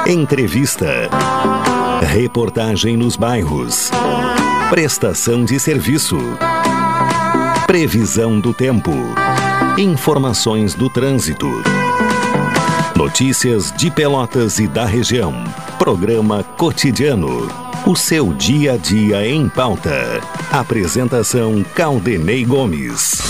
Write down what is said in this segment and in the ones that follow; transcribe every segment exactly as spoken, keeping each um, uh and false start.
Entrevista. Reportagem nos bairros. Prestação de serviço. Previsão do tempo. Informações do trânsito. Notícias de Pelotas e da região. Programa Cotidiano. O seu dia a dia em pauta. Apresentação Caldenei Gomes.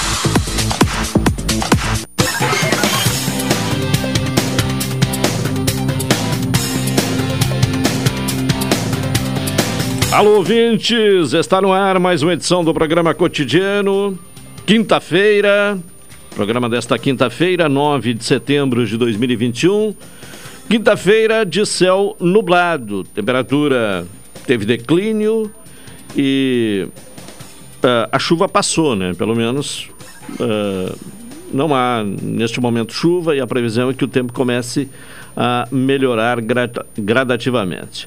Alô, ouvintes! Está no ar mais uma edição do programa Cotidiano. Quinta-feira, programa desta quinta-feira, nove de setembro de dois mil e vinte e um. Quinta-feira de céu nublado. Temperatura teve declínio e uh, a chuva passou, né? Pelo menos uh, não há neste momento chuva e a previsão é que o tempo comece a melhorar gra- gradativamente.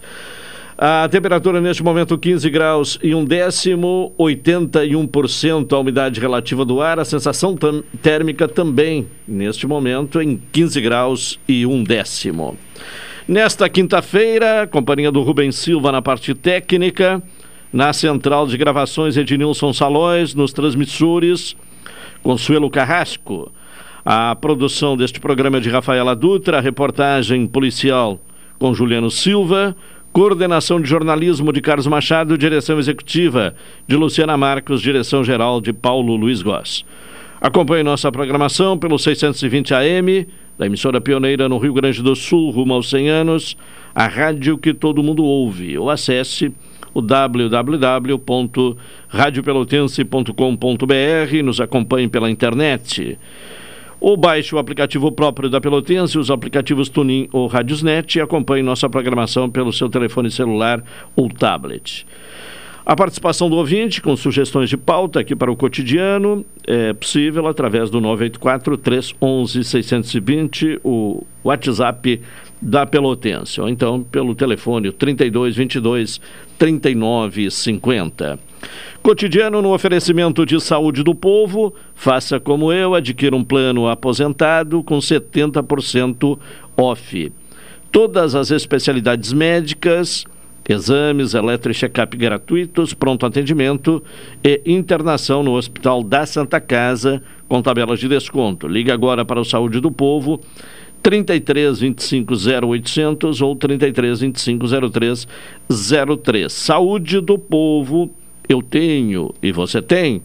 A temperatura neste momento quinze graus e um décimo, oitenta e um por cento a umidade relativa do ar, a sensação tam- térmica também neste momento em quinze graus e um décimo. Nesta quinta-feira, companhia do Rubens Silva na parte técnica, na central de gravações Ednilson Salóis, nos transmissores Consuelo Carrasco. A produção deste programa é de Rafaela Dutra, a reportagem policial com Juliano Silva, coordenação de jornalismo de Carlos Machado, direção executiva de Luciana Marcos, direção geral de Paulo Luiz Goss. Acompanhe nossa programação pelo seiscentos e vinte A M, da emissora pioneira no Rio Grande do Sul, rumo aos cem anos, a rádio que todo mundo ouve. Ou acesse o w w w ponto rádio pelotense ponto com ponto b r, nos acompanhe pela internet. Ou baixe o aplicativo próprio da Pelotense, os aplicativos Tunin ou Radiosnet e acompanhe nossa programação pelo seu telefone celular ou tablet. A participação do ouvinte com sugestões de pauta aqui para o cotidiano é possível através do nove oito quatro, três um um, seis dois zero, o WhatsApp da Pelotense, ou então pelo telefone trinta e dois, vinte e dois, trinta e nove, cinquenta. Cotidiano no oferecimento de saúde do povo. Faça como eu, adquira um plano aposentado com setenta por cento off. Todas as especialidades médicas, exames, eletro e check-up gratuitos, pronto atendimento e internação no Hospital da Santa Casa com tabelas de desconto. Liga agora para o Saúde do Povo, trinta e três, vinte e cinco, zero oitocentos ou trinta e três, vinte e cinco, zero três zero três. Saúde do Povo, eu tenho e você tem.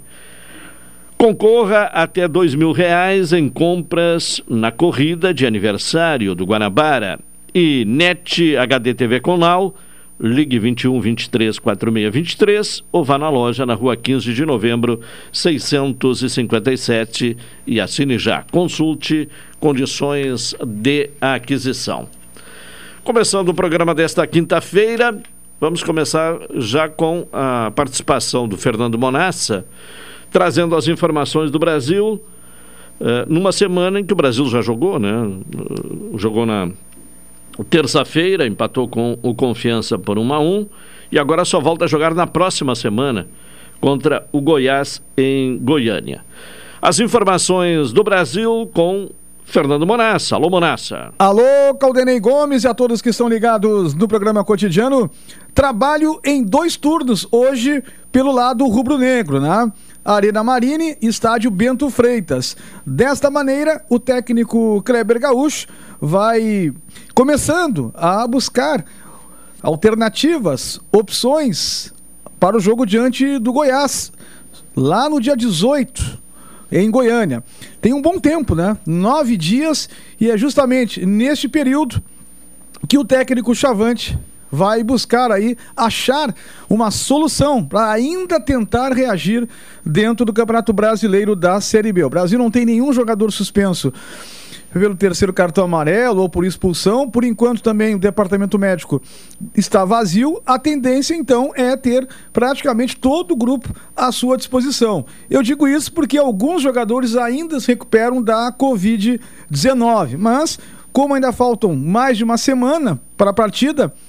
Concorra até dois mil reais em compras na corrida de aniversário do Guanabara. E Net H D T V com Now, ligue vinte e um, vinte e três, quarenta e seis, vinte e três ou vá na loja na rua quinze de novembro, seiscentos e cinquenta e sete e assine já. Consulte condições de aquisição. Começando o programa desta quinta-feira, vamos começar já com a participação do Fernando Monassa, trazendo as informações do Brasil, eh, numa semana em que o Brasil já jogou, né? Jogou na terça-feira, empatou com o Confiança por um a um e agora só volta a jogar na próxima semana contra o Goiás em Goiânia. As informações do Brasil com Fernando Monassa. Alô, Monassa. Alô, Caldenei Gomes e a todos que estão ligados no programa Cotidiano. Trabalho em dois turnos hoje pelo lado rubro-negro, né? Arena Marine e Estádio Bento Freitas. Desta maneira, o técnico Kleber Gaúcho vai começando a buscar alternativas, opções para o jogo diante do Goiás, lá no dia dezoito, em Goiânia. Tem um bom tempo, né? Nove dias, e é justamente neste período que o técnico Chavante vai buscar aí, achar uma solução para ainda tentar reagir dentro do Campeonato Brasileiro da Série B. O Brasil não tem nenhum jogador suspenso pelo terceiro cartão amarelo ou por expulsão. Por enquanto também o departamento médico está vazio. A tendência então é ter praticamente todo o grupo à sua disposição. Eu digo isso porque alguns jogadores ainda se recuperam da covid dezenove, mas como ainda faltam mais de uma semana para a partida,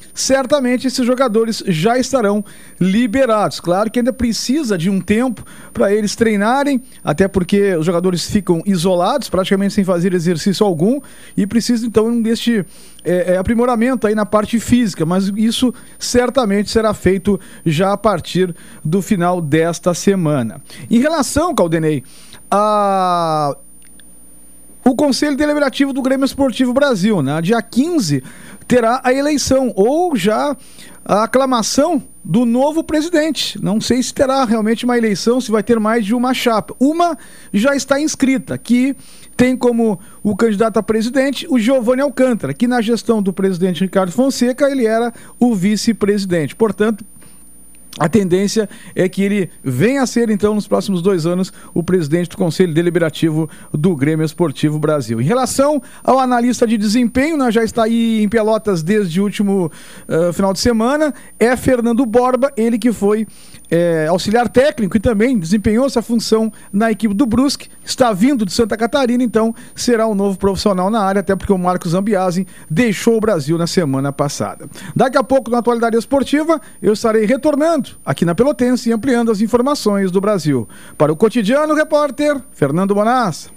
certamente esses jogadores já estarão liberados. Claro que ainda precisa de um tempo para eles treinarem, até porque os jogadores ficam isolados, praticamente sem fazer exercício algum, e precisam então deste é, é, aprimoramento aí na parte física, mas isso certamente será feito já a partir do final desta semana. Em relação, Caldenei, a... o Conselho Deliberativo do Grêmio Esportivo Brasil, né? Dia quinze terá a eleição, ou já a aclamação do novo presidente. Não sei se terá realmente uma eleição, se vai ter mais de uma chapa. Uma já está inscrita, que tem como o candidato a presidente o Giovanni Alcântara, que na gestão do presidente Ricardo Fonseca ele era o vice-presidente. Portanto, a tendência é que ele venha a ser, então, nos próximos dois anos, o presidente do Conselho Deliberativo do Grêmio Esportivo Brasil. Em relação ao analista de desempenho, né, já está aí em Pelotas desde o último uh, final de semana, é Fernando Borba, ele que foi é, auxiliar técnico e também desempenhou essa função na equipe do Brusque, está vindo de Santa Catarina, então será um novo profissional na área, até porque o Marcos Zambiasi deixou o Brasil na semana passada. Daqui a pouco, na Atualidade Esportiva, eu estarei retornando aqui na Pelotense e ampliando as informações do Brasil. Para o Cotidiano, repórter Fernando Monassa.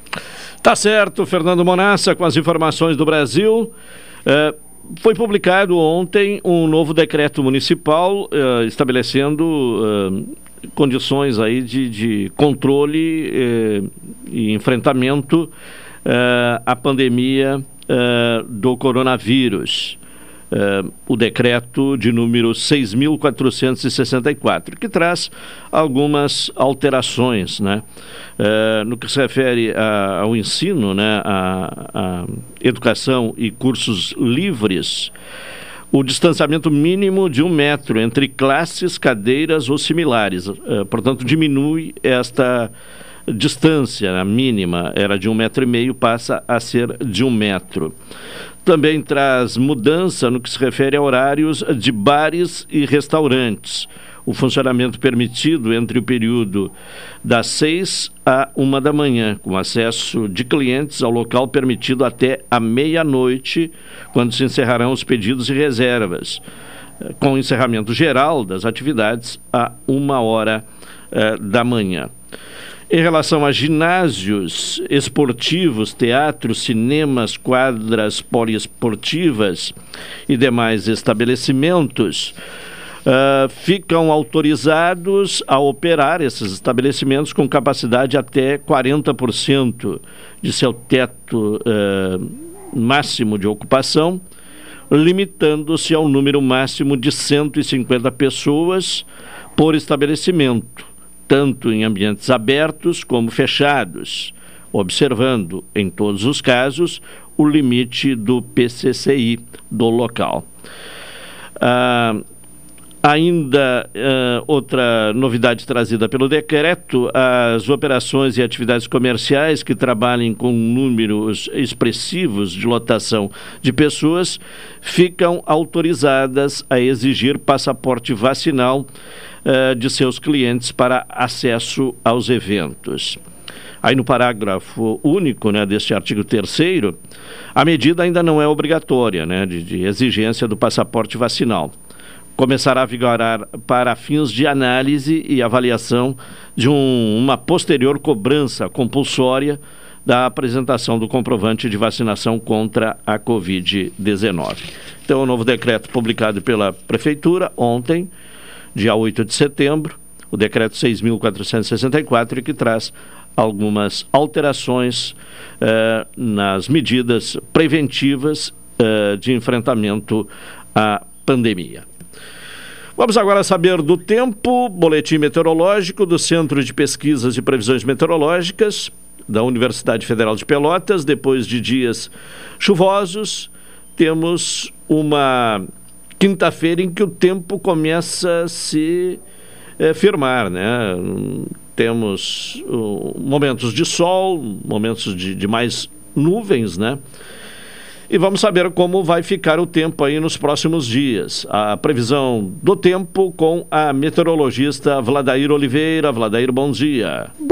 Tá certo, Fernando Monassa com as informações do Brasil. É, foi publicado ontem um novo decreto municipal é, estabelecendo é, condições aí de, de controle é, e enfrentamento é, à pandemia é, do coronavírus. Uh, o decreto de número seis mil quatrocentos e sessenta e quatro, que traz algumas alterações, né? Uh, no que se refere a, ao ensino, né? a, a educação e cursos livres, o distanciamento mínimo de um metro entre classes, cadeiras ou similares, uh, portanto diminui esta distância, a mínima era de um metro e meio, passa a ser de um metro. Também traz mudança no que se refere a horários de bares e restaurantes. O funcionamento permitido entre o período das seis a uma da manhã, com acesso de clientes ao local permitido até a meia-noite, quando se encerrarão os pedidos e reservas, com encerramento geral das atividades a uma hora eh, da manhã. Em relação a ginásios esportivos, teatros, cinemas, quadras poliesportivas e demais estabelecimentos, uh, ficam autorizados a operar esses estabelecimentos com capacidade até quarenta por cento de seu teto uh, máximo de ocupação, limitando-se ao número máximo de cento e cinquenta pessoas por estabelecimento, tanto em ambientes abertos como fechados, observando, em todos os casos, o limite do P C C I do local. Ah, ainda ah, outra novidade trazida pelo decreto: as operações e atividades comerciais que trabalhem com números expressivos de lotação de pessoas ficam autorizadas a exigir passaporte vacinal Uh, de seus clientes para acesso aos eventos. Aí no parágrafo único, né, deste artigo terceiro, a medida ainda não é obrigatória, né, de, de exigência do passaporte vacinal. Começará a vigorar para fins de análise e avaliação de um, uma posterior cobrança compulsória da apresentação do comprovante de vacinação contra a covid dezenove. Então, o novo decreto publicado pela Prefeitura ontem, dia oito de setembro, o decreto seis mil quatrocentos e sessenta e quatro, que traz algumas alterações eh, nas medidas preventivas eh, de enfrentamento à pandemia. Vamos agora saber do tempo, boletim meteorológico do Centro de Pesquisas e Previsões Meteorológicas da Universidade Federal de Pelotas. Depois de dias chuvosos, temos uma quinta-feira em que o tempo começa a se é, firmar, né? Temos uh, momentos de sol, momentos de, de mais nuvens, né? E vamos saber como vai ficar o tempo aí nos próximos dias. A previsão do tempo com a meteorologista Vladair Oliveira. Vladair, bom dia. Bom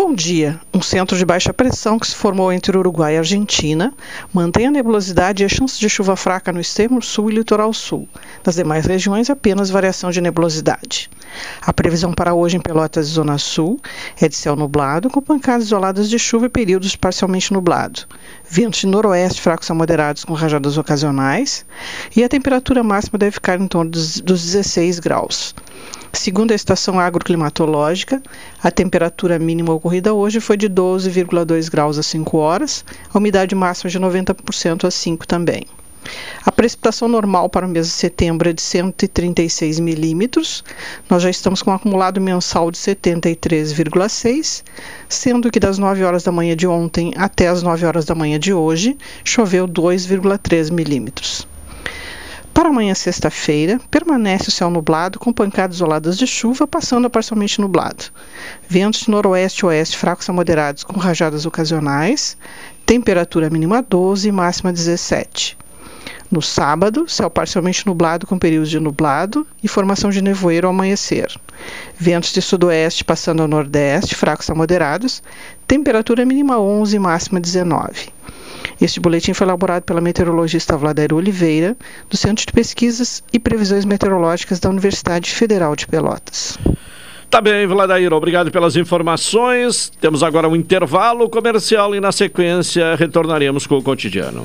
Bom dia. Um centro de baixa pressão que se formou entre Uruguai e Argentina mantém a nebulosidade e a chance de chuva fraca no extremo sul e litoral sul. Nas demais regiões, apenas variação de nebulosidade. A previsão para hoje em Pelotas e Zona Sul é de céu nublado, com pancadas isoladas de chuva e períodos parcialmente nublado. Ventos de noroeste fracos a moderados com rajadas ocasionais e a temperatura máxima deve ficar em torno dos, dos dezesseis graus. Segundo a estação agroclimatológica, a temperatura mínima ocorrida hoje foi de doze vírgula dois graus às cinco horas, a umidade máxima de noventa por cento às cinco também. A precipitação normal para o mês de setembro é de cento e trinta e seis milímetros. Nós já estamos com um acumulado mensal de setenta e três vírgula seis, sendo que das nove horas da manhã de ontem até as nove horas da manhã de hoje, choveu dois vírgula três milímetros. Para amanhã, sexta-feira, permanece o céu nublado com pancadas isoladas de chuva, passando a parcialmente nublado. Ventos de noroeste e oeste fracos a moderados com rajadas ocasionais, temperatura mínima doze e máxima dezessete. No sábado, céu parcialmente nublado com períodos de nublado e formação de nevoeiro ao amanhecer. Ventos de sudoeste passando ao nordeste, fracos a moderados, temperatura mínima onze e máxima dezenove. Este boletim foi elaborado pela meteorologista Vladair Oliveira, do Centro de Pesquisas e Previsões Meteorológicas da Universidade Federal de Pelotas. Tá bem, Vladair, obrigado pelas informações. Temos agora um intervalo comercial e na sequência retornaremos com o cotidiano.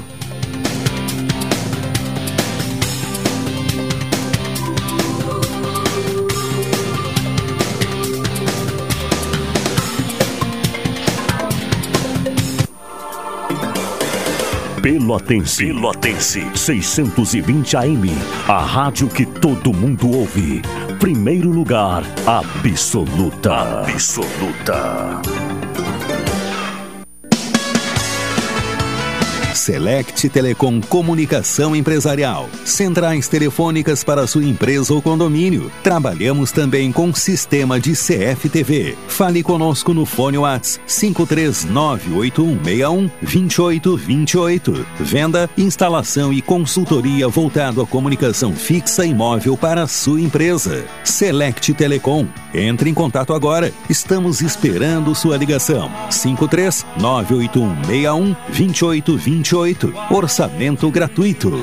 Pelotense. Pelotense. seiscentos e vinte A M. A rádio que todo mundo ouve. Primeiro lugar, absoluta. Absoluta. Select Telecom Comunicação Empresarial. Centrais telefônicas para sua empresa ou condomínio. Trabalhamos também com sistema de C F T V. Fale conosco no fone WhatsApp cinco três nove oito um seis um dois oito dois oito. Venda, instalação e consultoria voltado à comunicação fixa e móvel para a sua empresa. Select Telecom. Entre em contato agora. Estamos esperando sua ligação. cinco três nove oito um seis um dois oito dois oito. Orçamento gratuito.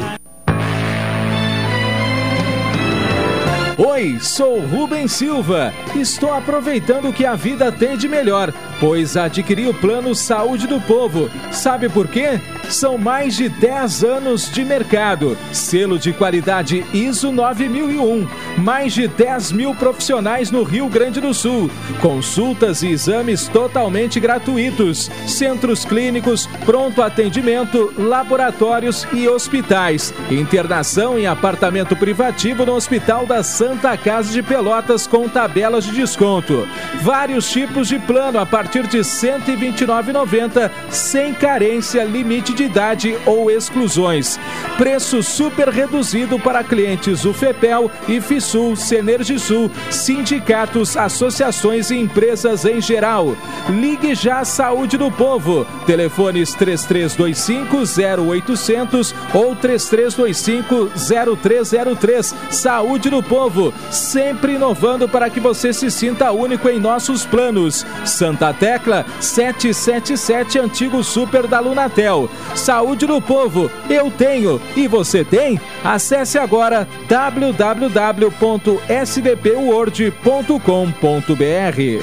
Oi, sou Rubens Silva. Estou aproveitando o que a vida tem de melhor, pois adquiri o Plano Saúde do Povo. Sabe por quê? São mais de dez anos de mercado, selo de qualidade I S O nove mil e um, mais de dez mil profissionais no Rio Grande do Sul, consultas e exames totalmente gratuitos, centros clínicos, pronto atendimento, laboratórios e hospitais, internação em apartamento privativo no Hospital da Santa Casa de Pelotas com tabelas de desconto, vários tipos de plano a partir de cento e vinte e nove reais e noventa centavos, sem carência, limite de idade ou exclusões. Preço super reduzido para clientes UFEPEL, IFISUL, Senergisul, sindicatos, associações e empresas em geral. Ligue já à Saúde do Povo. Telefones três três dois cinco zero oitocentos ou três três dois cinco zero três zero três. Saúde do Povo, sempre inovando para que você se sinta único em nossos planos. Santa Tecla sete sete sete, antigo Super da Lunatel. Saúde do Povo, eu tenho e você tem? Acesse agora w w w ponto s d p world ponto com ponto b r.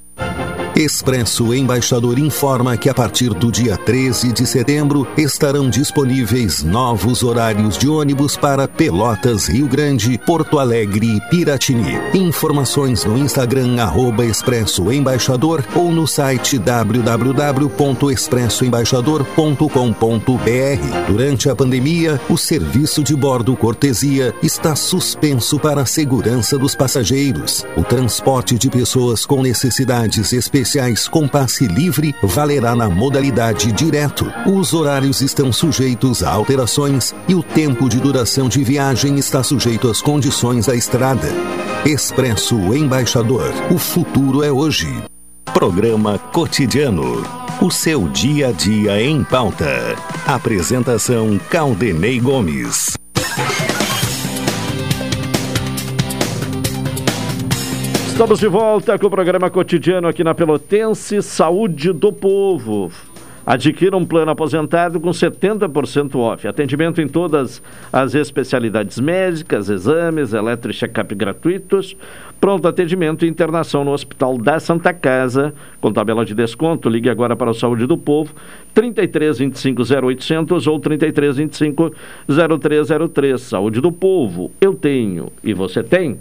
Expresso Embaixador informa que a partir do dia treze de setembro estarão disponíveis novos horários de ônibus para Pelotas, Rio Grande, Porto Alegre e Piratini. Informações no Instagram arroba Expresso Embaixador ou no site w w w ponto expresso embaixador ponto com ponto b r. Durante a pandemia, o serviço de bordo cortesia está suspenso para a segurança dos passageiros. O transporte de pessoas com necessidades especiais com passe livre valerá na modalidade direto. Os horários estão sujeitos a alterações e o tempo de duração de viagem está sujeito às condições da estrada. Expresso Embaixador. O futuro é hoje. Programa Cotidiano. O seu dia a dia em pauta. Apresentação Caldenei Gomes. Estamos de volta com o programa cotidiano aqui na Pelotense, Saúde do Povo. Adquira um plano aposentado com setenta por cento off. Atendimento em todas as especialidades médicas, exames, eletro e check-up gratuitos. Pronto atendimento e internação no Hospital da Santa Casa. Com tabela de desconto, ligue agora para o Saúde do Povo, trinta e três, vinte e cinco, zero oitocentos ou trinta e três, vinte e cinco, zero três zero três. Saúde do Povo, eu tenho e você tem.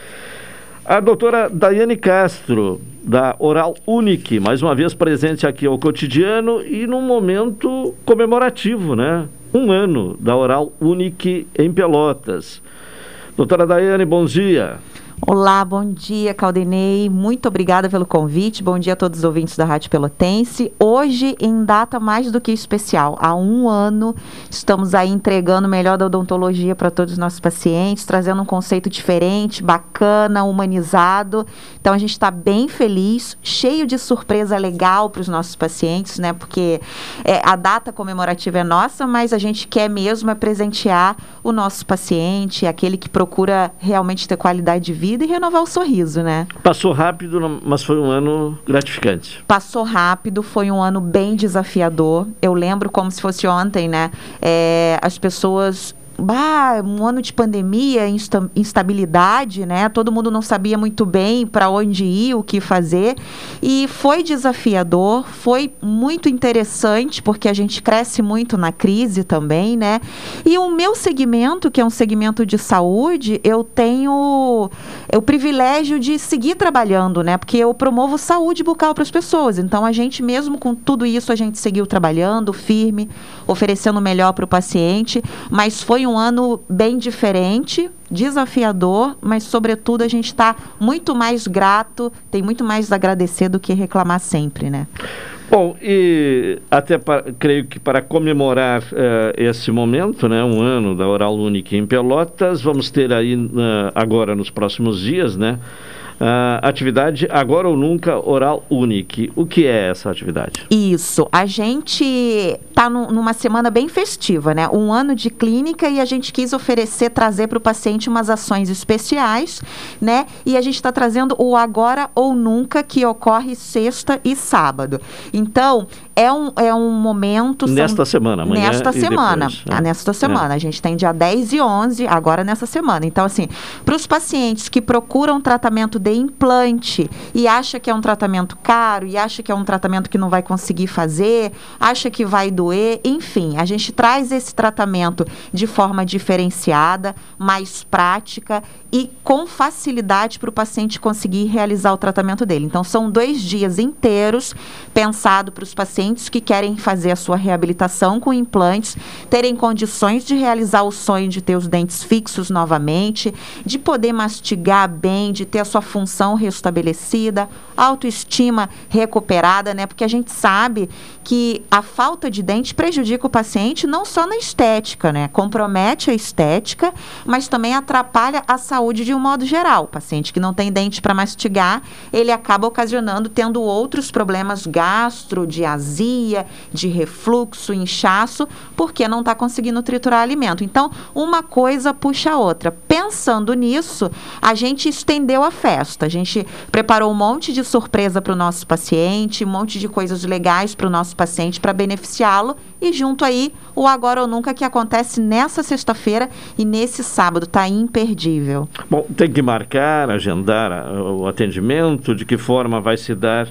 A doutora Daiane Castro, da Oral Unique, mais uma vez presente aqui ao cotidiano e num momento comemorativo, né? Um ano da Oral Unique em Pelotas. Doutora Daiane, bom dia. Olá, bom dia, Caldenei. Muito obrigada pelo convite. Bom dia a todos os ouvintes da Rádio Pelotense. Hoje, em data mais do que especial, há um ano, estamos aí entregando o melhor da odontologia para todos os nossos pacientes, trazendo um conceito diferente, bacana, humanizado. Então, a gente está bem feliz, cheio de surpresa legal para os nossos pacientes, né? Porque é, a data comemorativa é nossa, mas a gente quer mesmo é presentear o nosso paciente, aquele que procura realmente ter qualidade de vida e renovar o sorriso, né? Passou rápido, mas foi um ano gratificante. Passou rápido, foi um ano bem desafiador. Eu lembro como se fosse ontem, né? É, as pessoas... Bah, um ano de pandemia, insta- instabilidade, né? Todo mundo não sabia muito bem para onde ir, o que fazer. E foi desafiador, foi muito interessante, porque a gente cresce muito na crise também, né? E o meu segmento, que é um segmento de saúde, eu tenho o privilégio de seguir trabalhando, né? Porque eu promovo saúde bucal para as pessoas. Então, a gente mesmo com tudo isso, a gente seguiu trabalhando firme, oferecendo o melhor para o paciente, mas foi um ano bem diferente, desafiador, mas sobretudo a gente está muito mais grato, tem muito mais a agradecer do que reclamar sempre, né? Bom, e até para, creio que para comemorar uh, esse momento, né, um ano da Oral Unique em Pelotas, vamos ter aí uh, agora nos próximos dias, né, Uh, atividade Agora ou Nunca Oral Unique. O que é essa atividade? Isso, a gente está numa semana bem festiva, né? Um ano de clínica e a gente quis oferecer, trazer para o paciente umas ações especiais, né? E a gente está trazendo o Agora ou Nunca, que ocorre sexta e sábado. Então, é um, é um momento... Nesta são, semana, amanhã Nesta semana, depois, ah, né? nesta semana. É. A gente tem dia dez e onze, agora nessa semana. Então, assim, para os pacientes que procuram tratamento de implante e acha que é um tratamento caro e acha que é um tratamento que não vai conseguir fazer, acha que vai doer, enfim, a gente traz esse tratamento de forma diferenciada, mais prática e com facilidade para o paciente conseguir realizar o tratamento dele. Então, são dois dias inteiros pensado para os pacientes que querem fazer a sua reabilitação com implantes, terem condições de realizar o sonho de ter os dentes fixos novamente, de poder mastigar bem, de ter a sua função restabelecida, autoestima recuperada, né? Porque a gente sabe que a falta de dente prejudica o paciente não só na estética, né? Compromete a estética, mas também atrapalha a saúde de um modo geral. O paciente que não tem dente para mastigar, ele acaba ocasionando, tendo outros problemas gastro, de azia, de refluxo, inchaço, porque não está conseguindo triturar alimento. Então, uma coisa puxa a outra. Pensando nisso, a gente estendeu a festa. A gente preparou um monte de surpresa para o nosso paciente, um monte de coisas legais para o nosso paciente para beneficiá-lo e junto aí o Agora ou Nunca que acontece nessa sexta-feira e nesse sábado, tá imperdível. Bom, tem que marcar, agendar uh, o atendimento, de que forma vai se dar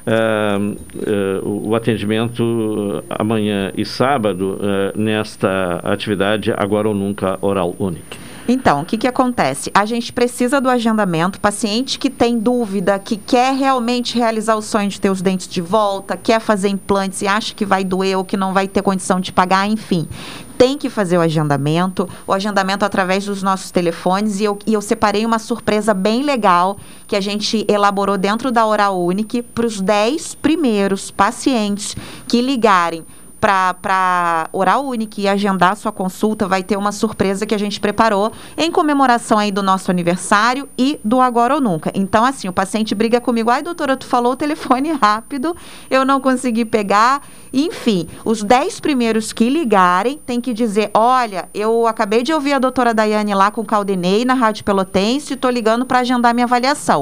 uh, uh, o atendimento uh, amanhã e sábado uh, nesta atividade Agora ou Nunca Oral Unique. Então, o que que acontece? A gente precisa do agendamento, paciente que tem dúvida, que quer realmente realizar o sonho de ter os dentes de volta, quer fazer implantes e acha que vai doer ou que não vai ter condição de pagar, enfim. Tem que fazer o agendamento, o agendamento através dos nossos telefones e eu, e eu separei uma surpresa bem legal que a gente elaborou dentro da Oral Unique para os dez primeiros pacientes que ligarem para Oral Unique e agendar sua consulta, vai ter uma surpresa que a gente preparou em comemoração aí do nosso aniversário e do Agora ou Nunca. Então, assim, o paciente briga comigo, ai, doutora, tu falou o telefone rápido, eu não consegui pegar. Enfim, os dez primeiros que ligarem tem que dizer, olha, eu acabei de ouvir a doutora Daiane lá com o Caldenei na Rádio Pelotense e estou ligando para agendar minha avaliação.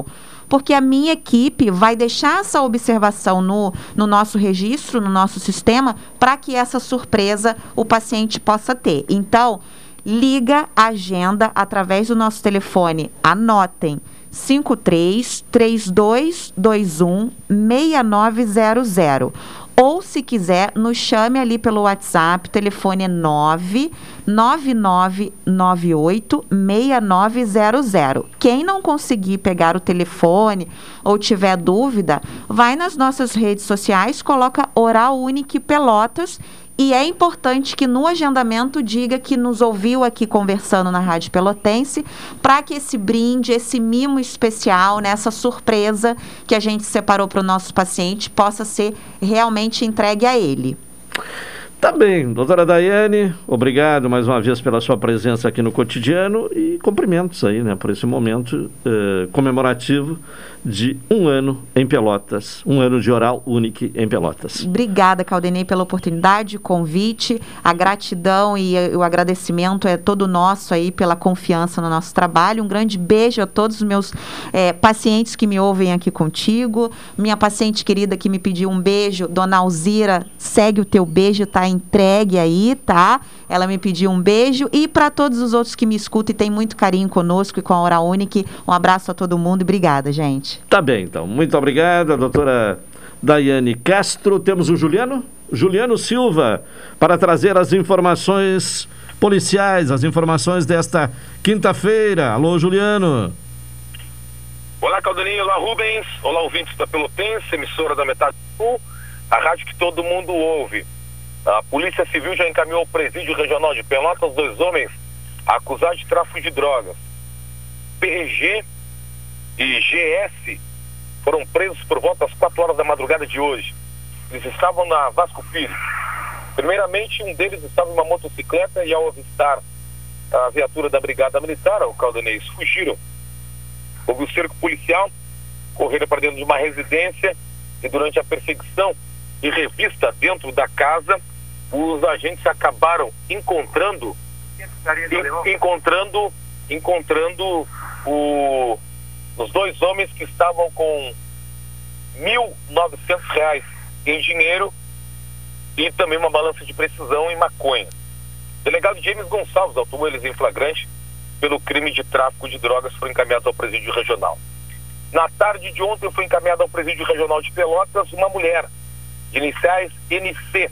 porque a minha equipe vai deixar essa observação no, no nosso registro, no nosso sistema, para que essa surpresa o paciente possa ter. Então, liga a agenda através do nosso telefone, anotem, cinco três, três dois dois um, seis nove zero zero. Ou, se quiser, nos chame ali pelo WhatsApp, o telefone é nove nove nove nove oito seis nove zero zero. Quem não conseguir pegar o telefone ou tiver dúvida, vai nas nossas redes sociais, coloca Oral Unique Pelotas. E é importante que no agendamento diga que nos ouviu aqui conversando na Rádio Pelotense, para que esse brinde, esse mimo especial, né, essa surpresa que a gente separou para o nosso paciente possa ser realmente entregue a ele. Tá bem, doutora Daiane, obrigado mais uma vez pela sua presença aqui no Cotidiano e cumprimentos aí, né, por esse momento eh, comemorativo de um ano em Pelotas, um ano de Oral Unique em Pelotas. Obrigada, Caldenei, pela oportunidade, convite, a gratidão e o agradecimento é todo nosso aí pela confiança no nosso trabalho. Um grande beijo a todos os meus eh, pacientes que me ouvem aqui contigo, minha paciente querida que me pediu um beijo, dona Alzira, segue o teu beijo, tá entregue aí, tá? Ela me pediu um beijo e para todos os outros que me escutam e tem muito carinho conosco e com a Oral Unique, um abraço a todo mundo e obrigada, gente. Tá bem, então. Muito obrigado, a doutora Daiane Castro. Temos o Juliano, Juliano Silva, para trazer as informações policiais, as informações desta quinta-feira. Alô, Juliano. Olá, Caldaninho. Olá, Rubens. Olá, ouvintes da Pelotense, emissora da Metade Sul, a rádio que todo mundo ouve. A Polícia Civil já encaminhou ao Presídio Regional de Pelotas dois homens acusados de tráfico de drogas. P G e G S foram presos por volta das quatro horas da madrugada de hoje. Eles estavam na Vasco Filho. Primeiramente, um deles estava em uma motocicleta e, ao avistar a viatura da Brigada Militar, o Caldanês, fugiram. Houve o cerco policial, correram para dentro de uma residência e, durante a perseguição e revista dentro da casa, os agentes acabaram encontrando en, encontrando encontrando o, os dois homens que estavam com mil e novecentos reais em dinheiro e também uma balança de precisão e maconha. O delegado James Gonçalves autuou eles em flagrante pelo crime de tráfico de drogas, foram encaminhados ao presídio regional. Na tarde de ontem foi encaminhada ao presídio regional de Pelotas uma mulher de iniciais N C.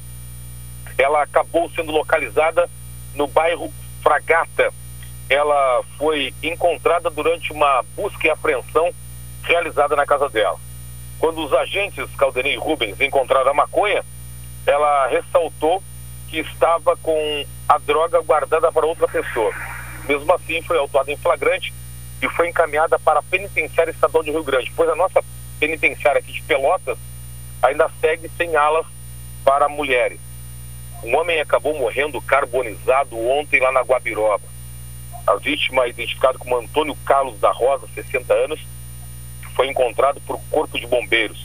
Ela acabou sendo localizada no bairro Fragata. Ela foi encontrada durante uma busca e apreensão realizada na casa dela. Quando os agentes Caldenei e Rubens encontraram a maconha, ela ressaltou que estava com a droga guardada para outra pessoa. Mesmo assim, foi autuada em flagrante e foi encaminhada para a Penitenciária Estadual de Rio Grande, pois a nossa penitenciária aqui de Pelotas ainda segue sem alas para mulheres. Um homem acabou morrendo carbonizado ontem lá na Guabiroba. A vítima, identificada como Antônio Carlos da Rosa, sessenta anos, foi encontrado por corpo de bombeiros.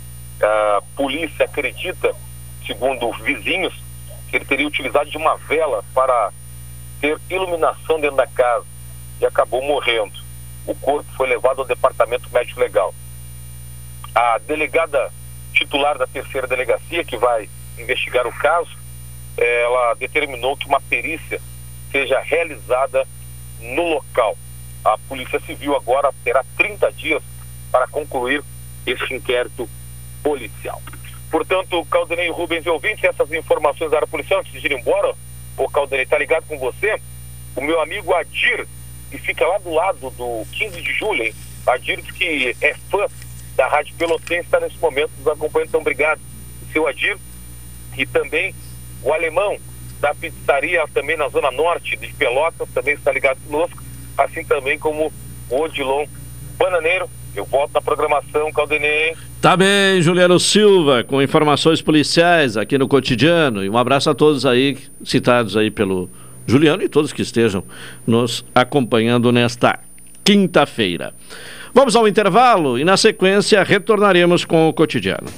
A polícia acredita, segundo vizinhos, que ele teria utilizado de uma vela para ter iluminação dentro da casa e acabou morrendo. O corpo foi levado ao departamento médico legal. A delegada titular da terceira delegacia, que vai investigar o caso, ela determinou que uma perícia seja realizada no local. A Polícia Civil agora terá trinta dias para concluir este inquérito policial. Portanto, Caldenei, Rubens e ouvintes, essas informações da área policial, antes de ir embora, o Caldenei está ligado com você, o meu amigo Adir, que fica lá do lado do quinze de julho, hein? Adir, que é fã da Rádio Pelotense, está nesse momento nos acompanhando, então obrigado, seu Adir, e também o alemão da pizzaria também na Zona Norte de Pelotas, também está ligado conosco, assim também como o Odilon Bananeiro. Eu volto na programação, Caldenei. Tá bem, Juliano Silva, com informações policiais aqui no Cotidiano. E um abraço a todos aí, citados aí pelo Juliano e todos que estejam nos acompanhando nesta quinta-feira. Vamos ao intervalo e, na sequência, retornaremos com o Cotidiano.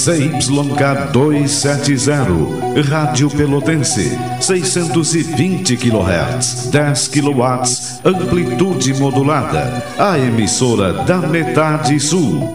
C Y K duzentos e setenta, Rádio Pelotense, seiscentos e vinte quilohertz, dez quilowatts, amplitude modulada, a emissora da metade sul.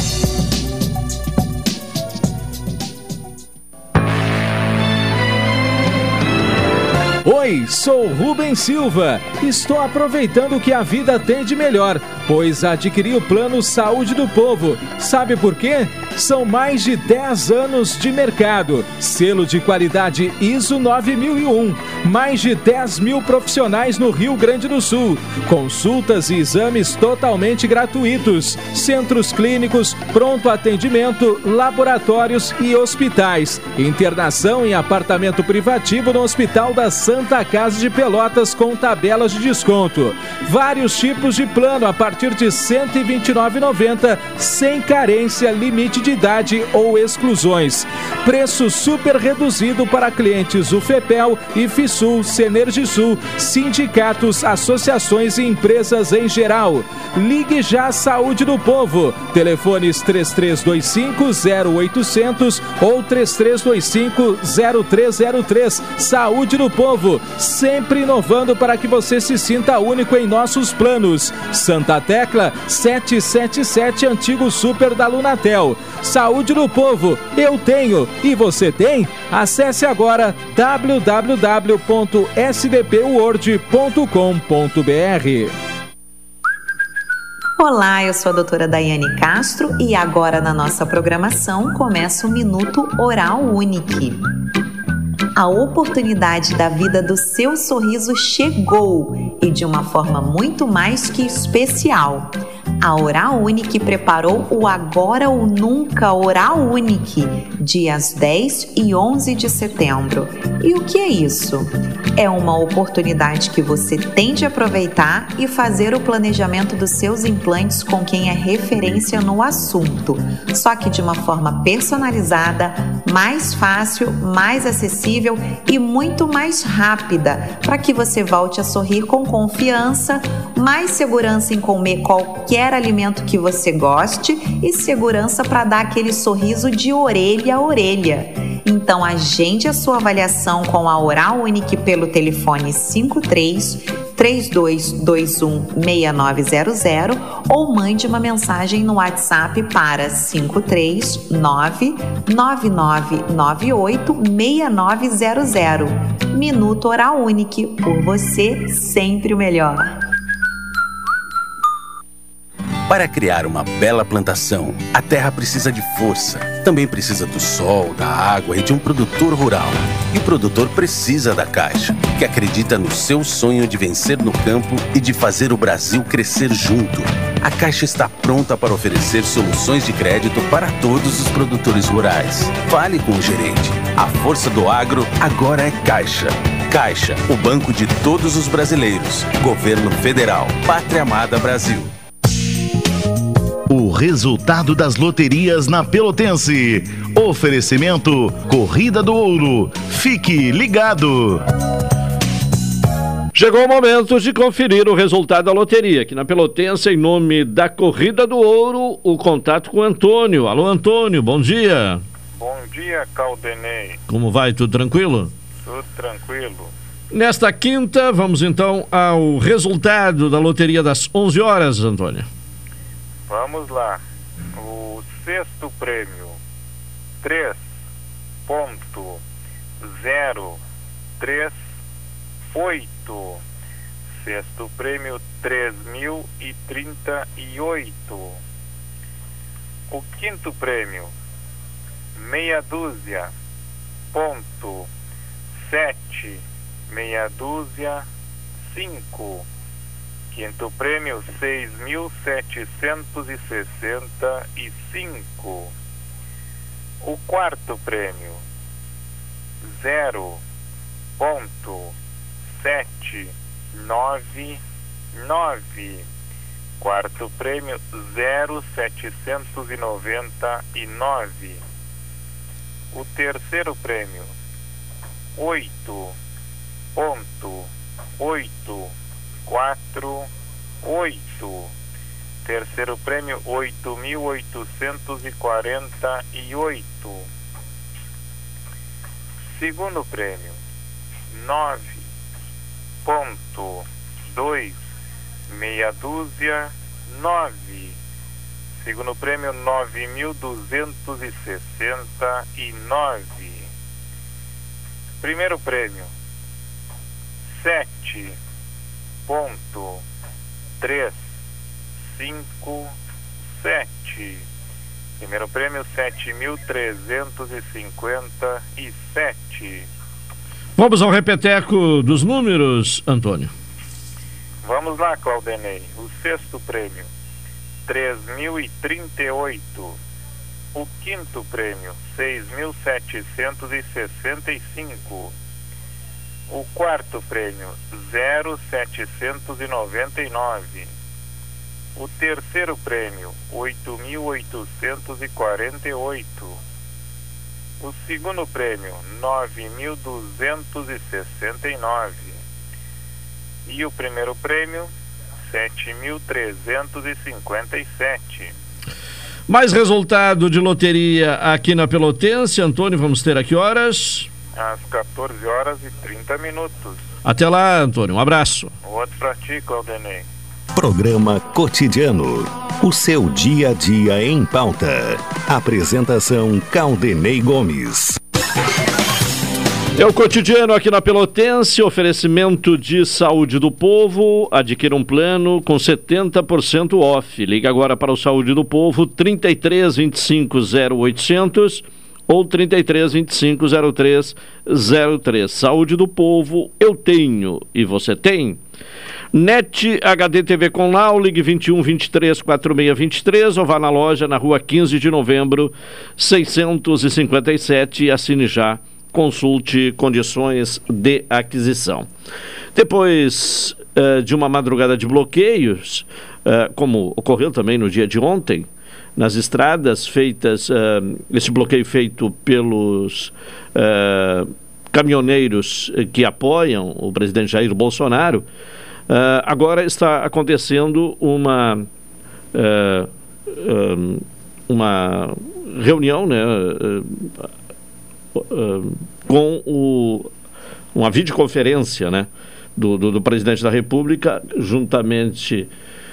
Oi, sou Rubem Silva. Estou aproveitando o que a vida tem de melhor, pois adquiri o Plano Saúde do Povo. Sabe por quê? São mais de dez anos de mercado, selo de qualidade I S O nove mil e um, mais de dez mil profissionais no Rio Grande do Sul, consultas e exames totalmente gratuitos, centros clínicos, pronto atendimento, laboratórios e hospitais, internação em apartamento privativo no Hospital da Santa Casa de Pelotas com tabelas de desconto, vários tipos de plano a partir de cento e vinte e nove reais e noventa centavos, sem carência, limite de idade ou exclusões. Preço super reduzido para clientes UFEPEL, IFISUL, Senergisul, sindicatos, associações e empresas em geral. Ligue já à Saúde do Povo. Telefones três três dois cinco zero oitocentos ou três três dois cinco zero três zero três. Saúde do Povo, sempre inovando para que você se sinta único em nossos planos. Santa Tecla sete sete sete, antigo super da Lunatel. Saúde do Povo, eu tenho e você tem? Acesse agora w w w ponto s d p world ponto com ponto b r. Olá, eu sou a doutora Daiane Castro e agora na nossa programação começa o Minuto Oral Unique. A oportunidade da vida do seu sorriso chegou e de uma forma muito mais que especial. A Oral Unique preparou o Agora ou Nunca Oral Unique, dias dez e onze de setembro. E o que é isso? É uma oportunidade que você tem de aproveitar e fazer o planejamento dos seus implantes com quem é referência no assunto, só que de uma forma personalizada, mais fácil, mais acessível e muito mais rápida, para que você volte a sorrir com confiança, mais segurança em comer qualquer alimento que você goste e segurança para dar aquele sorriso de orelha a orelha. Então agende a sua avaliação com a Oral Unique pelo telefone cinco três, três dois dois um, seis nove zero zero ou mande uma mensagem no WhatsApp para cinco três nove, nove nove nove oito, seis nove zero zero. Minuto Oral Unique, por você sempre o melhor. Para criar uma bela plantação, a terra precisa de força. Também precisa do sol, da água e de um produtor rural. E o produtor precisa da Caixa, que acredita no seu sonho de vencer no campo e de fazer o Brasil crescer junto. A Caixa está pronta para oferecer soluções de crédito para todos os produtores rurais. Fale com o gerente. A força do agro agora é Caixa. Caixa, o banco de todos os brasileiros. Governo Federal. Pátria Amada Brasil. O resultado das loterias na Pelotense. Oferecimento Corrida do Ouro. Fique ligado. Chegou o momento de conferir o resultado da loteria. Aqui na Pelotense, em nome da Corrida do Ouro, o contato com o Antônio. Alô, Antônio, bom dia. Bom dia, Caldenei. Como vai? Tudo tranquilo? Tudo tranquilo. Nesta quinta, vamos então ao resultado da loteria das onze horas, Antônio. Vamos lá. O sexto prêmio, três ponto zero três oito. Sexto prêmio, três mil e trinta e oito. O quinto prêmio, meia dúzia, ponto sete, meia dúzia, cinco. Quinto prêmio, seis mil setecentos e sessenta e cinco. O quarto prêmio, zero ponto sete nove nove. Quarto prêmio, zero setecentos e noventa e nove. O terceiro prêmio, oito ponto oito quatro oito. Terceiro prêmio, oito mil oitocentos e quarenta e oito. Segundo prêmio, nove ponto dois, meia dúzia, nove. Segundo prêmio, nove mil duzentos e sessenta e nove. Primeiro prêmio, sete ponto três cinco sete. Primeiro prêmio, sete mil trezentos e cinquenta e sete. Vamos ao repeteco dos números, Antônio. Vamos lá, Claudenei. O sexto prêmio, três mil e trinta e oito. O quinto prêmio, seis mil setecentos e sessenta e cinco. O quarto prêmio, zero setecentos e noventa e nove. O terceiro prêmio, oito mil oitocentos e quarenta e oito. O segundo prêmio, nove mil duzentos e sessenta e nove. E o primeiro prêmio, sete mil trezentos e cinquenta e sete. Mais resultado de loteria aqui na Pelotense. Antônio, vamos ter a que horas? Às quatorze horas e trinta minutos. Até lá, Antônio. Um abraço. Outro pra ti, Claudenei. Programa Cotidiano. O seu dia a dia em pauta. Apresentação Caldenei Gomes. É o Cotidiano aqui na Pelotense, oferecimento de Saúde do Povo. Adquira um plano com setenta por cento off. Liga agora para o Saúde do Povo, trinta e três, vinte e cinco, zero oitocentos ou trinta e três, vinte e cinco, zero três zero três. Saúde do Povo, eu tenho e você tem. Net H D T V com Lau, ligue vinte e um, vinte e três, quarenta e seis, vinte e três ou vá na loja na rua quinze de novembro, seiscentos e cinquenta e sete e assine já. Consulte condições de aquisição. Depois uh, de uma madrugada de bloqueios, uh, como ocorreu também no dia de ontem, nas estradas feitas, uh, esse bloqueio feito pelos uh, caminhoneiros que apoiam o presidente Jair Bolsonaro, uh, agora está acontecendo uma, uh, um, uma reunião, né? Uh, Uh, com o, uma videoconferência, né, do, do, do presidente da República, juntamente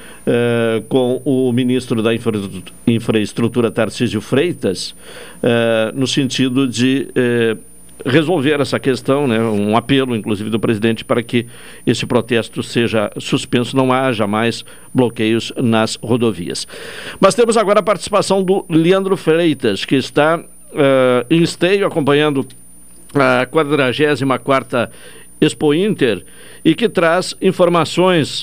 uh, com o ministro da Infra, Infraestrutura, Tarcísio Freitas, uh, no sentido de uh, resolver essa questão, né, um apelo, inclusive, do presidente para que esse protesto seja suspenso, não haja mais bloqueios nas rodovias. Mas temos agora a participação do Leandro Freitas, que está Uh, em Esteio, acompanhando a quadragésima quarta Expo Inter e que traz informações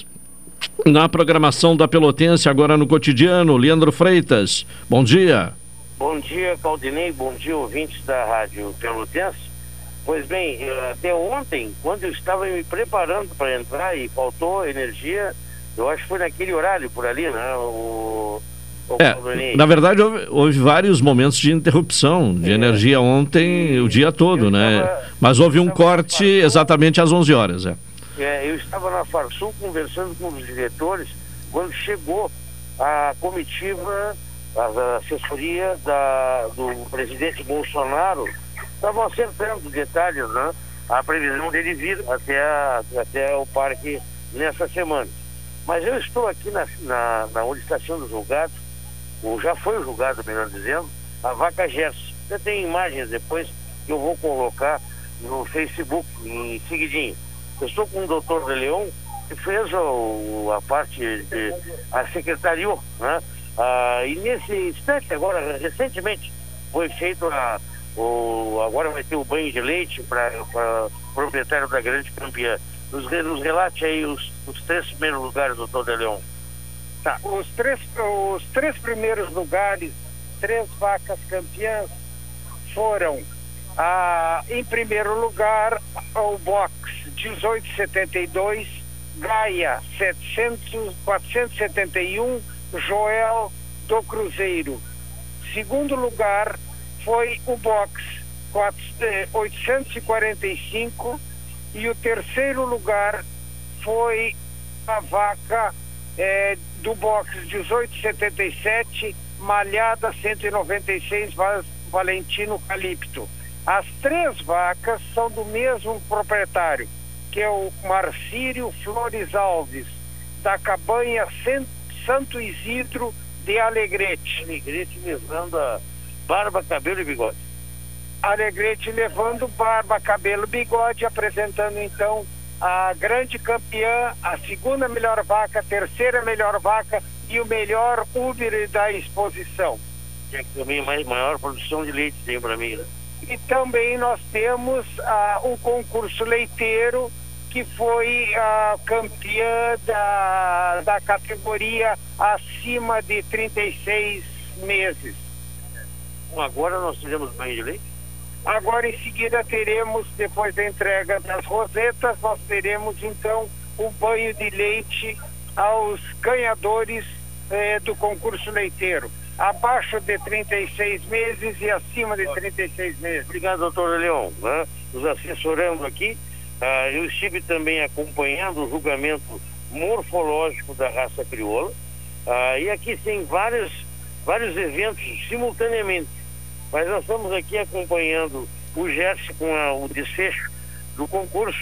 na programação da Pelotense agora no Cotidiano. Leandro Freitas, bom dia. Bom dia, Claudinei, bom dia, ouvintes da Rádio Pelotense. Pois bem, até ontem, quando eu estava me preparando para entrar e faltou energia, eu acho que foi naquele horário por ali, né? O... É, na verdade houve, houve vários momentos de interrupção de é. energia ontem, e o dia todo, eu né? Estava, Mas houve um corte exatamente às onze horas. É. É, eu estava na Farsul conversando com os diretores quando chegou a comitiva, a assessoria da, do presidente Bolsonaro. Estavam acertando detalhes, né? A previsão dele vir até, a, até o parque nessa semana. Mas eu estou aqui na, na, na onde está sendo julgado, ou já foi julgado, melhor dizendo, a Vaca Gerson. Você tem imagens depois que eu vou colocar no Facebook, em seguidinho. Eu estou com o doutor De Leon, que fez o, a parte, de, a secretariou, né? Ah, e nesse instante, agora, recentemente, foi feito a, o, agora vai ter o banho de leite para o proprietário da grande campeã. Nos, nos relate aí os, os três primeiros lugares, doutor De Leon. Tá. Os três, os três primeiros lugares, três vacas campeãs, foram, ah, em primeiro lugar, o box dezoito setenta e dois, Gaia setecentos, quatrocentos e setenta e um, Joel do Cruzeiro. Segundo lugar foi o box oitocentos e quarenta e cinco e o terceiro lugar foi a vaca é, do box dezoito setenta e sete, malhada cento e noventa e seis, Valentino Calipto. As três vacas são do mesmo proprietário, que é o Marcírio Flores Alves, da cabanha Santo Isidro de Alegrete. Alegrete levando a barba, cabelo e bigode. Alegrete levando barba, cabelo, bigode, apresentando então a grande campeã, a segunda melhor vaca, a terceira melhor vaca e o melhor Uber da exposição. Que é que também mais maior produção de leite tem para mim, né? E também nós temos ah, o concurso leiteiro, que foi a campeã da, da categoria acima de trinta e seis meses. Bom, agora nós teremos banho de leite? Agora em seguida teremos, depois da entrega das rosetas, nós teremos então o banho de leite aos ganhadores eh, do concurso leiteiro, abaixo de trinta e seis meses e acima de trinta e seis meses. Obrigado, doutor Leão, né? Nos assessorando aqui. Uh, eu estive também acompanhando o julgamento morfológico da raça crioula, uh, e aqui tem vários, vários eventos simultaneamente, mas nós estamos aqui acompanhando o Gerson com a, o desfecho do concurso.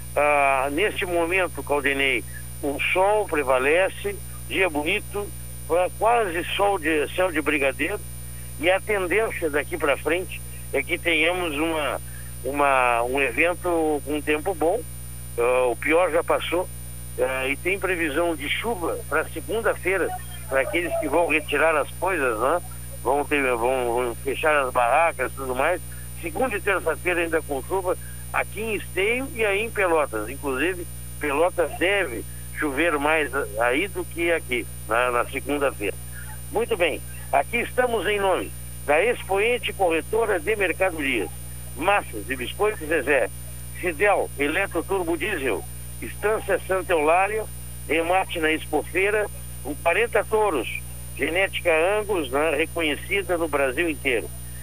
Uh, neste momento, Caldenei, o sol prevalece, dia bonito, uh, quase sol de, céu de brigadeiro, e a tendência daqui para frente é que tenhamos uma Uma, um evento com um tempo bom. Uh, o pior já passou, uh, e tem previsão de chuva para segunda-feira, para aqueles que vão retirar as coisas, né? vão, ter, vão, vão fechar as barracas e tudo mais. Segunda e terça-feira ainda com chuva aqui em Esteio e aí em Pelotas. Inclusive Pelotas deve chover mais aí do que aqui na, na segunda-feira. Muito bem, aqui estamos em nome da Expoente Corretora de Mercadorias, Massas e Biscoitos Zezé, Cidel Eletro Turbo Diesel, Estância Santa Eulália, Remate na Expofeira, com quarenta touros, genética Angus, né, reconhecida no Brasil inteiro.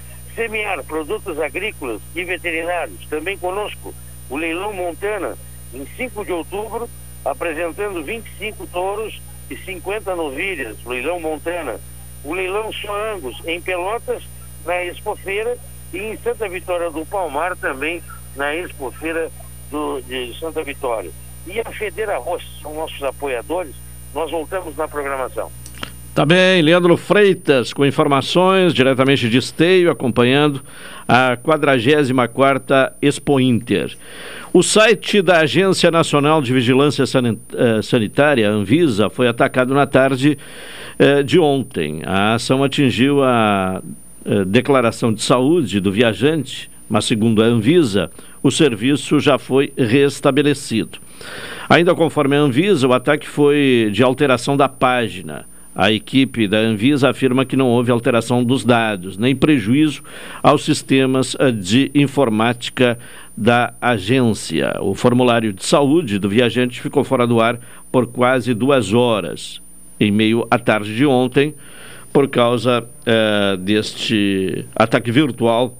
Semear Produtos Agrícolas e Veterinários, também conosco, o Leilão Montana, em cinco de outubro, apresentando vinte e cinco touros e cinquenta novilhas, Leilão Montana. O Leilão Só Angus, em Pelotas, na Expofeira, e em Santa Vitória do Palmar também, na Expofeira do, de Santa Vitória. E a Federa Arroz são nossos apoiadores. Nós voltamos na programação. Tá bem, Leandro Freitas com informações diretamente de Esteio, acompanhando a quadragésima quarta Expo Inter. O site da Agência Nacional de Vigilância Sanitária, Anvisa, foi atacado na tarde eh, de ontem. A ação atingiu a declaração de saúde do viajante, mas segundo a Anvisa, o serviço já foi restabelecido. Ainda conforme a Anvisa, o ataque foi de alteração da página. A equipe da Anvisa afirma que não houve alteração dos dados, nem prejuízo aos sistemas de informática da agência. O formulário de saúde do viajante ficou fora do ar por quase duas horas, em meio à tarde de ontem, por causa uh, deste ataque virtual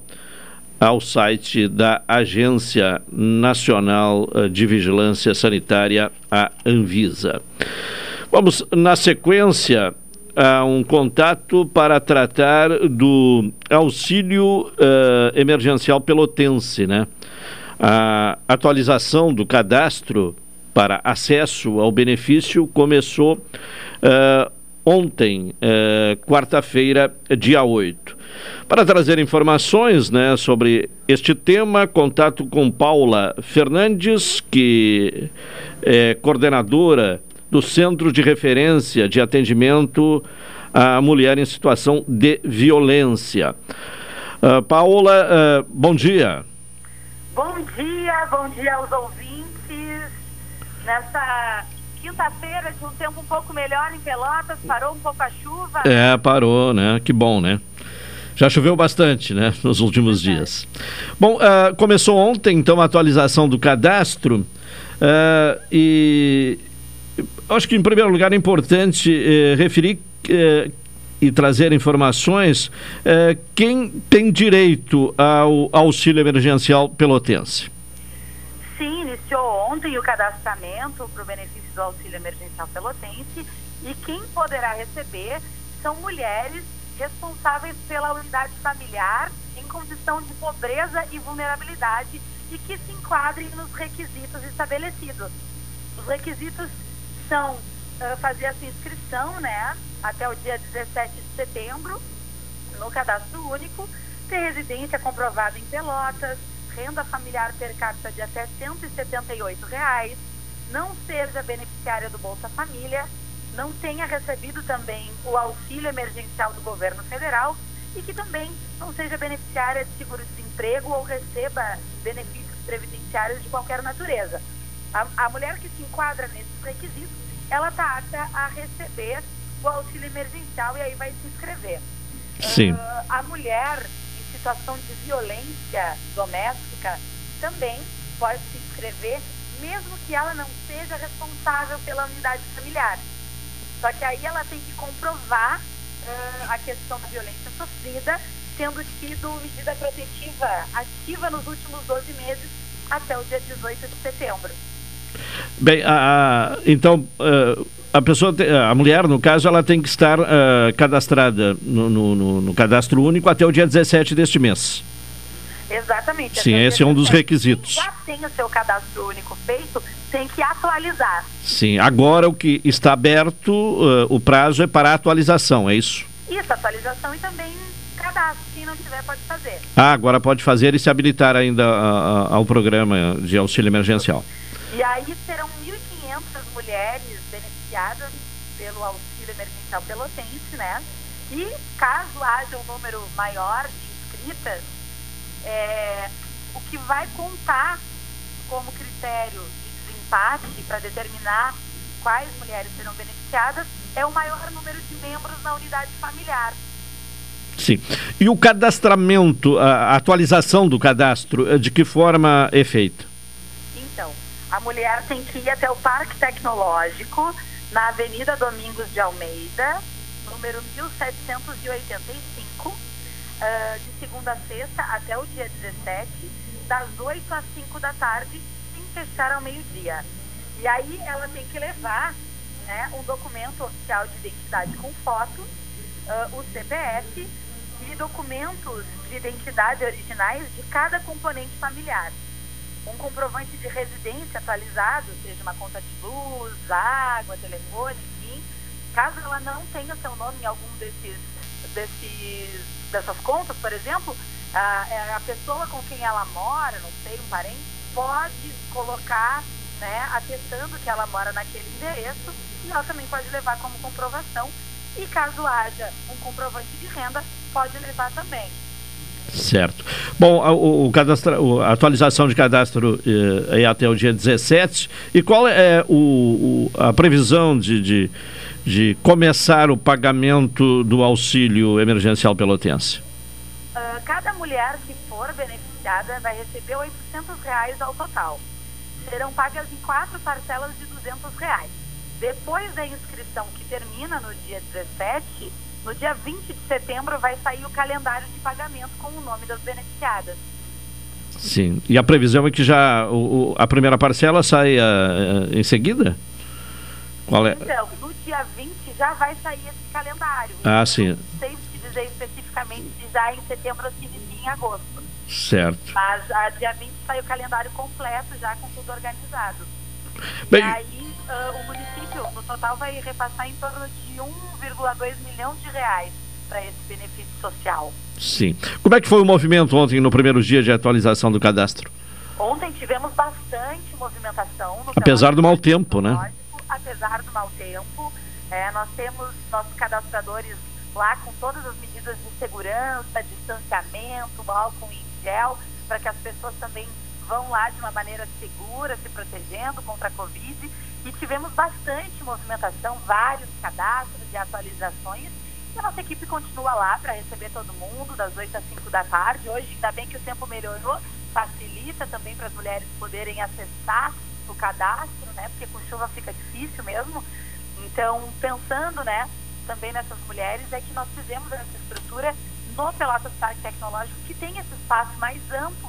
ao site da Agência Nacional de Vigilância Sanitária, a Anvisa. Vamos, na sequência, a um contato para tratar do auxílio uh, emergencial pelotense, né? A atualização do cadastro para acesso ao benefício começou uh, ontem, eh, quarta-feira, dia oito. Para trazer informações, né, sobre este tema, contato com Paula Fernandes, que é coordenadora do Centro de Referência de Atendimento à Mulher em Situação de Violência. Uh, Paula, uh, bom dia. Bom dia, bom dia aos ouvintes. Nessa quinta-feira, de um tempo um pouco melhor em Pelotas, parou um pouco a chuva. É, parou, né? Que bom, né? Já choveu bastante, né? Nos últimos é. dias. Bom, uh, começou ontem, então, a atualização do cadastro. Uh, e acho que, em primeiro lugar, é importante uh, referir uh, e trazer informações uh, quem tem direito ao auxílio emergencial pelotense. Sim, iniciou ontem Ontem o cadastramento para o benefício do auxílio emergencial pelotense, e quem poderá receber são mulheres responsáveis pela unidade familiar em condição de pobreza e vulnerabilidade e que se enquadrem nos requisitos estabelecidos. Os requisitos são uh, fazer a sua inscrição, né, até o dia dezessete de setembro, no cadastro único, ter residência comprovada em Pelotas, renda familiar per capita de até cento e setenta e oito reais, não seja beneficiária do Bolsa Família, não tenha recebido também o auxílio emergencial do governo federal e que também não seja beneficiária de seguro-desemprego ou receba benefícios previdenciários de qualquer natureza. A, a mulher que se enquadra nesses requisitos, ela está apta a receber o auxílio emergencial e aí vai se inscrever. Sim. Uh, a mulher em situação de violência doméstica também pode se inscrever, mesmo que ela não seja responsável pela unidade familiar. Só que aí ela tem que comprovar uh, a questão da violência sofrida, tendo tido medida protetiva ativa nos últimos doze meses até o dia dezoito de setembro. Bem, a, a, então uh, a pessoa, te, a mulher, no caso, ela tem que estar uh, cadastrada no, no, no, no cadastro único até o dia dezessete deste mês. Exatamente. Sim, esse é um dos requisitos. Quem já tem o seu cadastro único feito, tem que atualizar. Sim, agora o que está aberto, uh, o prazo é para atualização, é isso? Isso, atualização e também cadastro. Quem não tiver pode fazer. Ah, agora pode fazer e se habilitar ainda a, a, ao programa de auxílio emergencial. E aí serão mil e quinhentas mulheres beneficiadas pelo auxílio emergencial pelotense, né? E caso haja um número maior de inscritas, é, o que vai contar como critério de desempate para determinar quais mulheres serão beneficiadas é o maior número de membros na unidade familiar. Sim. E o cadastramento, a atualização do cadastro, de que forma é feita? Então, a mulher tem que ir até o Parque Tecnológico, na Avenida Domingos de Almeida, número mil setecentos e oitenta e cinco, uh, de segunda a sexta até o dia dezessete, das oito às cinco da tarde, sem fechar ao meio-dia. E aí ela tem que levar, né, um documento oficial de identidade com foto, uh, o C P F e documentos de identidade originais de cada componente familiar. Um comprovante de residência atualizado, seja uma conta de luz, água, telefone, enfim. Caso ela não tenha seu nome em algum desses, desses dessas contas, por exemplo, a, a pessoa com quem ela mora, não sei, um parente, pode colocar, né, atestando que ela mora naquele endereço, e ela também pode levar como comprovação. E caso haja um comprovante de renda, pode levar também. Certo. Bom, o, o cadastro, a atualização de cadastro eh, é até o dia dezessete. E qual é o, o, a previsão de, de, de começar o pagamento do auxílio emergencial pelotense? Uh, cada mulher que for beneficiada vai receber oitocentos reais ao total. Serão pagas em quatro parcelas de duzentos reais. Depois da inscrição, que termina no dia dezessete, no dia vinte de setembro vai sair o calendário de pagamento com o nome das beneficiadas. Sim. E a previsão é que já o, o, a primeira parcela saia uh, em seguida? Qual é? Então, no dia vinte já vai sair esse calendário. Ah, então, sim. Não sei te dizer especificamente se já em setembro ou se inicia em agosto. Certo. Mas a dia vinte sai o calendário completo, já com tudo organizado. Bem... E aí uh, o município, no total, vai repassar em torno de um vírgula dois milhão de reais para esse benefício social. Sim. Como é que foi o movimento ontem, no primeiro dia de atualização do cadastro? Ontem tivemos bastante movimentação. No apesar do mau tempo, né? Apesar do mau tempo, é, nós temos nossos cadastradores lá com todas as medidas de segurança, distanciamento, álcool em gel, para que as pessoas também vão lá de uma maneira segura, se protegendo contra a Covid. E tivemos bastante movimentação, vários cadastros e atualizações. E a nossa equipe continua lá para receber todo mundo, das oito às cinco da tarde. Hoje, ainda bem que o tempo melhorou, facilita também para as mulheres poderem acessar o cadastro, né? Porque com chuva fica difícil mesmo. Então, pensando, né, também nessas mulheres, é que nós fizemos essa estrutura no Pelotas Parque Tecnológico, que tem esse espaço mais amplo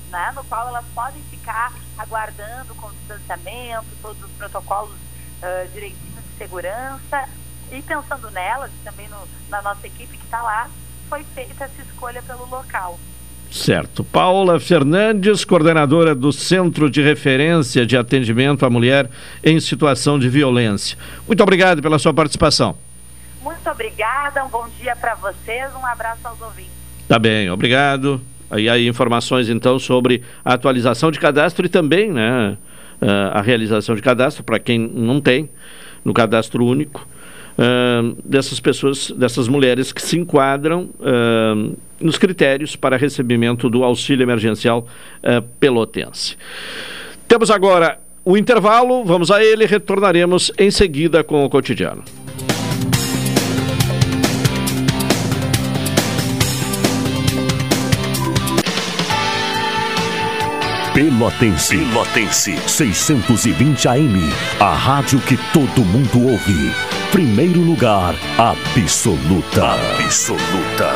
né, no qual elas podem ficar aguardando com distanciamento, todos os protocolos uh, direitinhos de segurança. E pensando nelas, e também no, na nossa equipe que está lá, foi feita essa escolha pelo local. Certo. Paula Fernandes, coordenadora do Centro de Referência de Atendimento à Mulher em Situação de Violência. Muito obrigado pela sua participação. Muito obrigada, um bom dia para vocês, um abraço aos ouvintes. Tá bem, obrigado. Aí aí informações então sobre a atualização de cadastro e também, né, a realização de cadastro para quem não tem no cadastro único. Uh, dessas pessoas, dessas mulheres que se enquadram uh, nos critérios para recebimento do auxílio emergencial uh, pelotense. Temos agora o intervalo, vamos a ele, retornaremos em seguida com o cotidiano. Pelotense, Pelotense, seiscentos e vinte A M, a rádio que todo mundo ouve. Primeiro lugar, absoluta. Absoluta.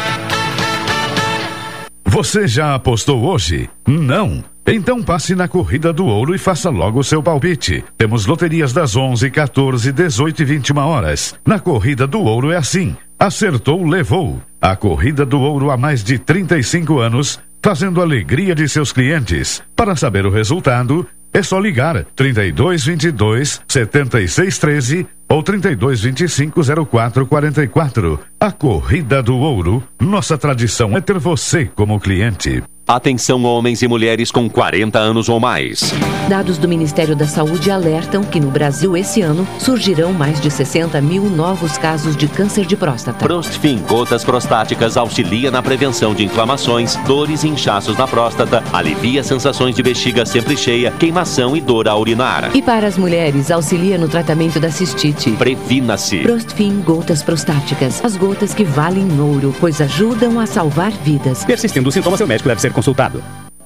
Você já apostou hoje? Não? Então passe na Corrida do Ouro e faça logo o seu palpite. Temos loterias das onze, quatorze, dezoito e vinte e uma horas. Na Corrida do Ouro é assim. Acertou, levou. A Corrida do Ouro há mais de trinta e cinco anos, trazendo alegria de seus clientes. Para saber o resultado, é só ligar trinta e dois, vinte e dois, setenta e seis, treze ou trinta e dois, vinte e cinco, zero quatro, quarenta e quatro. A Corrida do Ouro, nossa tradição é ter você como cliente. Atenção homens e mulheres com quarenta anos ou mais. Dados do Ministério da Saúde alertam que no Brasil esse ano surgirão mais de sessenta mil novos casos de câncer de próstata. Prostfin Gotas Prostáticas auxilia na prevenção de inflamações, dores e inchaços na próstata, alivia sensações de bexiga sempre cheia, queimação e dor ao urinar. E para as mulheres, auxilia no tratamento da cistite. Previna-se. Prostfin Gotas Prostáticas, as gotas que valem ouro, pois ajudam a salvar vidas. Persistindo os sintomas, seu médico deve ser consultado.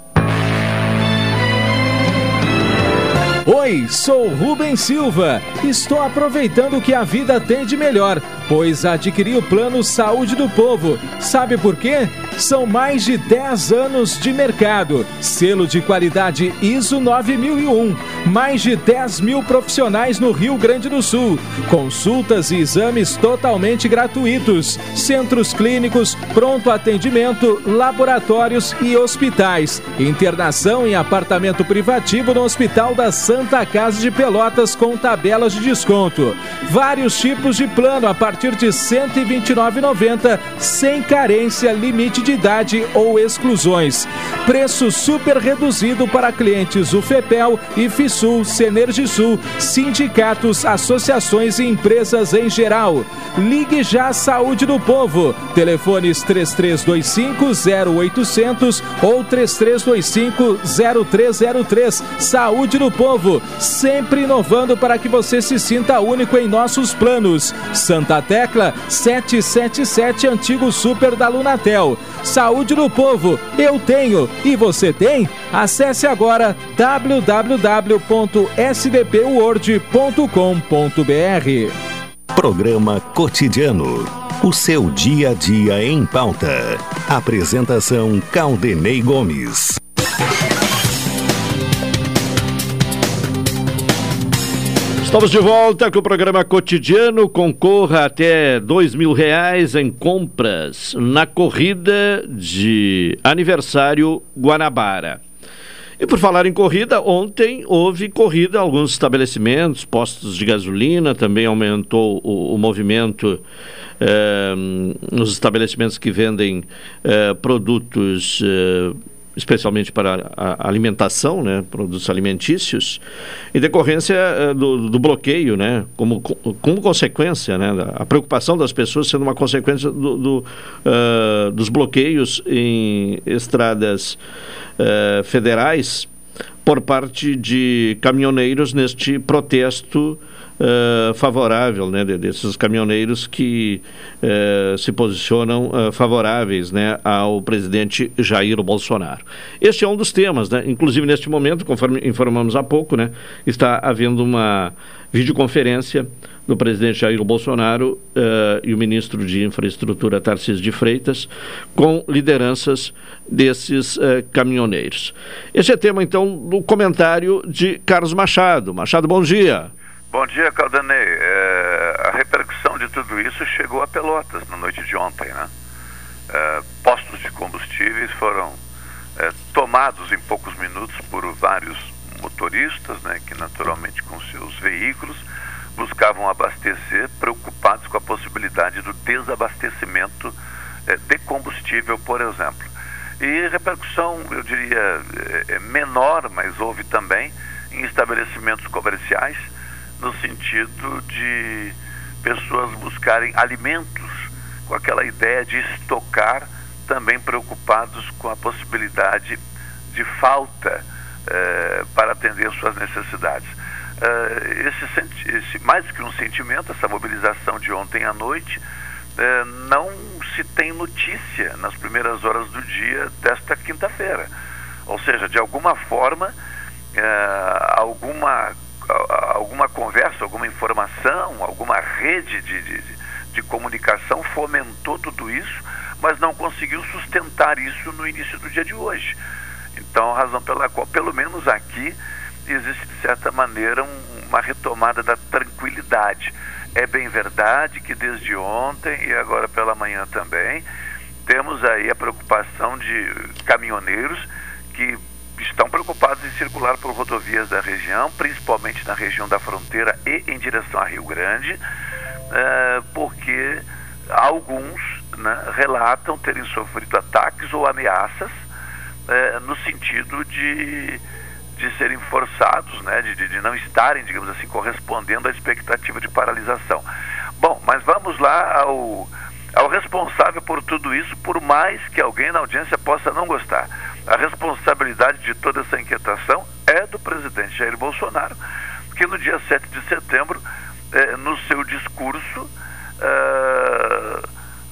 Oi, sou Rubem Silva. Estou aproveitando o que a vida tem de melhor, pois adquiri o Plano Saúde do Povo. Sabe por quê? São mais de dez anos de mercado. Selo de qualidade I S O nove mil e um. Mais de dez mil profissionais no Rio Grande do Sul. Consultas e exames totalmente gratuitos. Centros clínicos, pronto atendimento, laboratórios e hospitais. Internação em apartamento privativo no Hospital da Santa Casa de Pelotas com tabelas de desconto. Vários tipos de plano a partir de cento e vinte e nove reais e noventa centavos, sem carência, limite de idade ou exclusões. Preço super reduzido para clientes UFEPEL, IFISUL, Senergisul, sindicatos, associações e empresas em geral. Ligue já à Saúde do Povo. Telefones três três dois cinco, zero oitocentos ou três três dois cinco, zero três zero três. Saúde do Povo, sempre inovando para que você se sinta único em nossos planos. Santa Tecla setecentos e setenta e sete, antigo Super da Lunatel. Saúde do Povo, eu tenho e você tem? Acesse agora w w w ponto s d p world ponto com ponto b r. Programa Cotidiano. O seu dia a dia em pauta. Apresentação Caldenei Gomes. Estamos de volta com o programa Cotidiano. Concorra até dois mil reais em compras na corrida de aniversário Guanabara. E por falar em corrida, ontem houve corrida em alguns estabelecimentos, postos de gasolina, também aumentou o, o movimento eh, nos estabelecimentos que vendem eh, produtos eh, especialmente para a alimentação, né, produtos alimentícios, em decorrência uh, do, do bloqueio, né, como, como consequência, né, a preocupação das pessoas sendo uma consequência do, do, uh, dos bloqueios em estradas uh, federais por parte de caminhoneiros neste protesto Uh, favorável, né, desses caminhoneiros que uh, se posicionam uh, favoráveis, né, ao presidente Jair Bolsonaro. Este é um dos temas, né, inclusive neste momento, conforme informamos há pouco, né, está havendo uma videoconferência do presidente Jair Bolsonaro uh, e o ministro de Infraestrutura Tarcísio de Freitas, com lideranças desses uh, caminhoneiros. Esse é tema, então, do comentário de Carlos Machado. Machado, bom dia. Bom dia, Caldanei. É, a repercussão de tudo isso chegou a Pelotas na noite de ontem, né? É, postos de combustíveis foram é, tomados em poucos minutos por vários motoristas, né, que naturalmente com seus veículos buscavam abastecer, preocupados com a possibilidade do desabastecimento é, de combustível, por exemplo. E repercussão, eu diria, é, menor, mas houve também em estabelecimentos comerciais, no sentido de pessoas buscarem alimentos com aquela ideia de estocar, também preocupados com a possibilidade de falta eh, para atender suas necessidades. Eh, esse, esse, mais do que um sentimento, essa mobilização de ontem à noite, eh, não se tem notícia nas primeiras horas do dia desta quinta-feira. Ou seja, de alguma forma, eh, alguma alguma conversa, alguma informação, alguma rede de, de, de comunicação fomentou tudo isso, mas não conseguiu sustentar isso no início do dia de hoje. Então, a razão pela qual, pelo menos aqui, existe de certa maneira um, uma retomada da tranquilidade. É bem verdade que desde ontem e agora pela manhã também, temos aí a preocupação de caminhoneiros que estão preocupados em circular por rodovias da região, principalmente na região da fronteira e em direção a Rio Grande, eh, porque alguns, né, relatam terem sofrido ataques ou ameaças eh, no sentido de, de serem forçados, né, de, de não estarem, digamos assim, correspondendo à expectativa de paralisação. Bom, mas vamos lá ao, ao responsável por tudo isso, por mais que alguém na audiência possa não gostar. A responsabilidade de toda essa inquietação é do presidente Jair Bolsonaro, que no dia sete de setembro, eh, no seu discurso, eh,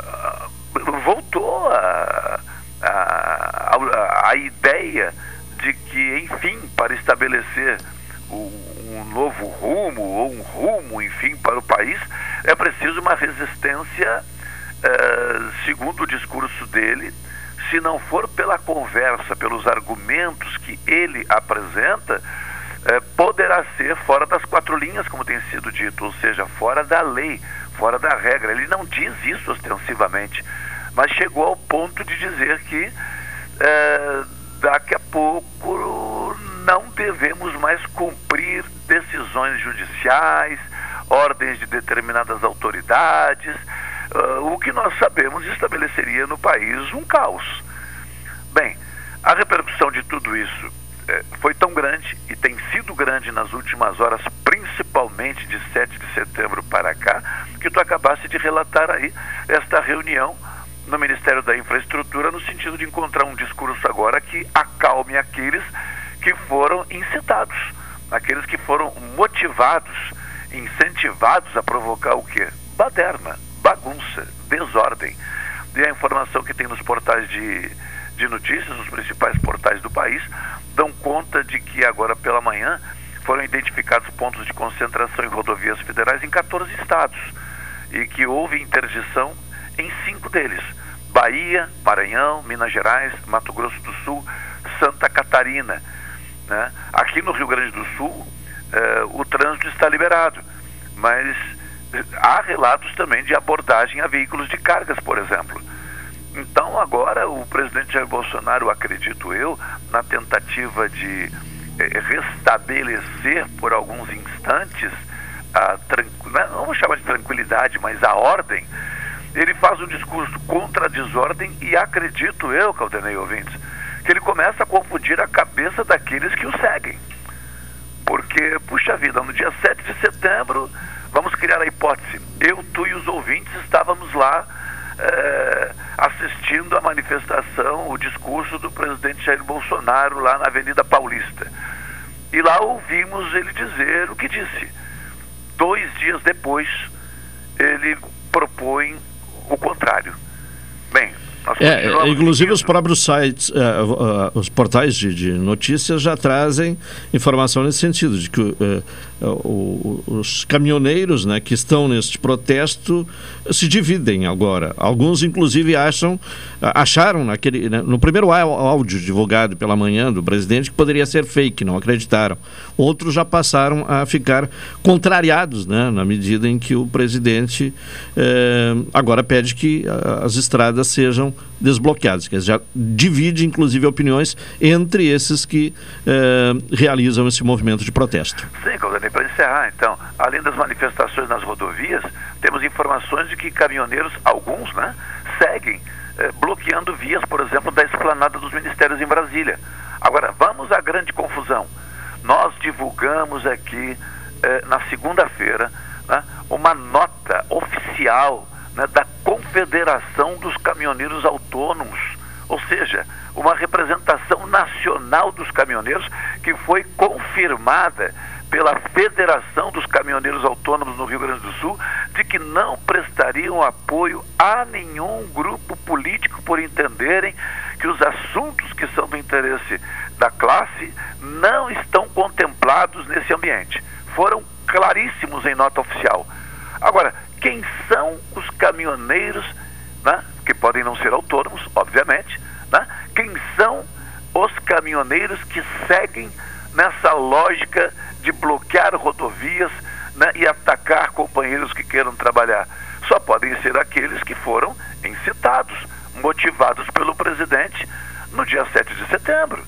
voltou a, a, a, a ideia de que, enfim, para estabelecer um, um novo rumo, ou um rumo, enfim, para o país, é preciso uma resistência, eh, segundo o discurso dele, se não for pela conversa, pelos argumentos que ele apresenta, eh, poderá ser fora das quatro linhas, como tem sido dito, ou seja, fora da lei, fora da regra. Ele não diz isso ostensivamente, mas chegou ao ponto de dizer que eh, daqui a pouco não devemos mais cumprir decisões judiciais, ordens de determinadas autoridades. Uh, o que nós sabemos estabeleceria no país um caos. Bem, a repercussão de tudo isso eh, foi tão grande e tem sido grande nas últimas horas, principalmente de sete de setembro para cá, que tu acabaste de relatar aí esta reunião no Ministério da Infraestrutura, no sentido de encontrar um discurso agora que acalme aqueles que foram incitados, aqueles que foram motivados, incentivados a provocar o quê? Baderna, bagunça, desordem. E a informação que tem nos portais de, de notícias, nos principais portais do país, dão conta de que agora pela manhã foram identificados pontos de concentração em rodovias federais em quatorze estados e que houve interdição em cinco deles: Bahia, Maranhão, Minas Gerais, Mato Grosso do Sul, Santa Catarina, né? Aqui no Rio Grande do Sul eh, o trânsito está liberado, mas há relatos também de abordagem a veículos de cargas, por exemplo. Então agora o presidente Jair Bolsonaro, acredito eu, na tentativa de eh, restabelecer por alguns instantes a tranquilidade, não vou chamar de tranquilidade, mas a ordem, ele faz um discurso contra a desordem e acredito eu, Caldanei, ouvintes, que ele começa a confundir a cabeça daqueles que o seguem. Porque, puxa vida, no dia sete de setembro, vamos criar a hipótese, eu, tu e os ouvintes estávamos lá é, assistindo a manifestação, o discurso do presidente Jair Bolsonaro lá na Avenida Paulista. E lá ouvimos ele dizer o que disse. Dois dias depois, ele propõe o contrário. Bem, É, inclusive os próprios sites, uh, uh, os portais de, de notícias já trazem informação nesse sentido, de que uh, uh, os caminhoneiros, né, que estão neste protesto se dividem agora. Alguns, inclusive, acham, uh, acharam naquele, né, no primeiro áudio divulgado pela manhã do presidente que poderia ser fake, não acreditaram. Outros já passaram a ficar contrariados, né, na medida em que o presidente uh, agora pede que uh, as estradas sejam desbloqueados, que já divide inclusive opiniões entre esses que eh, realizam esse movimento de protesto. Sim, Claudinei, para encerrar então, além das manifestações nas rodovias, temos informações de que caminhoneiros, alguns, né, seguem eh, bloqueando vias, por exemplo, da esplanada dos ministérios em Brasília. Agora, vamos à grande confusão. Nós divulgamos aqui eh, na segunda-feira, né, uma nota oficial, né, da Confederação dos Caminhoneiros Autônomos, ou seja, uma representação nacional dos caminhoneiros que foi confirmada pela Federação dos Caminhoneiros Autônomos no Rio Grande do Sul, de que não prestariam apoio a nenhum grupo político por entenderem que os assuntos que são do interesse da classe não estão contemplados nesse ambiente. Foram claríssimos em nota oficial. Agora, quem são os caminhoneiros, né, que podem não ser autônomos, obviamente, né? Quem são os caminhoneiros que seguem nessa lógica de bloquear rodovias, né, e atacar companheiros que queiram trabalhar? Só podem ser aqueles que foram incitados, motivados pelo presidente no dia sete de setembro.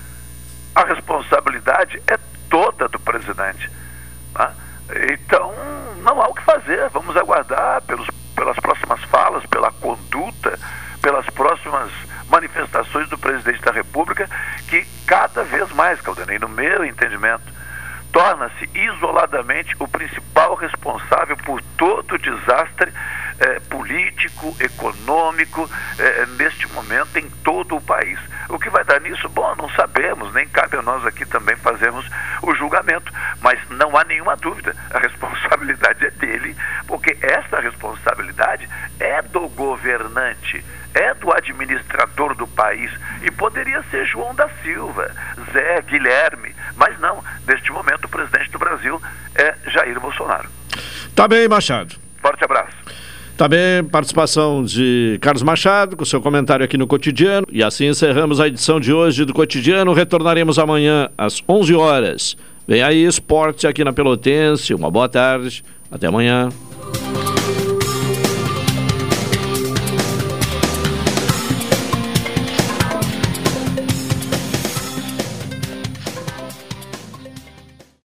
A responsabilidade é toda do presidente, né? Então, não há o que fazer. Vamos aguardar pelos, pelas próximas falas, pela conduta, pelas próximas manifestações do presidente da República, que cada vez mais, Claudinei, no meu entendimento, torna-se isoladamente o principal responsável por todo o desastre eh, político, econômico, eh, neste momento em todo o país. O que vai dar nisso? Bom, não sabemos, nem cabe a nós aqui também fazermos o julgamento, mas não há nenhuma dúvida, a responsabilidade é dele, porque essa responsabilidade é do governante, é do administrador do país, e poderia ser João da Silva, Zé, Guilherme, mas não, neste momento o presidente do Brasil é Jair Bolsonaro. Tá bem, Machado. Forte abraço. Tá bem, participação de Carlos Machado, com seu comentário aqui no Cotidiano. E assim encerramos a edição de hoje do Cotidiano. Retornaremos amanhã às onze horas. Vem aí, esporte aqui na Pelotense. Uma boa tarde. Até amanhã.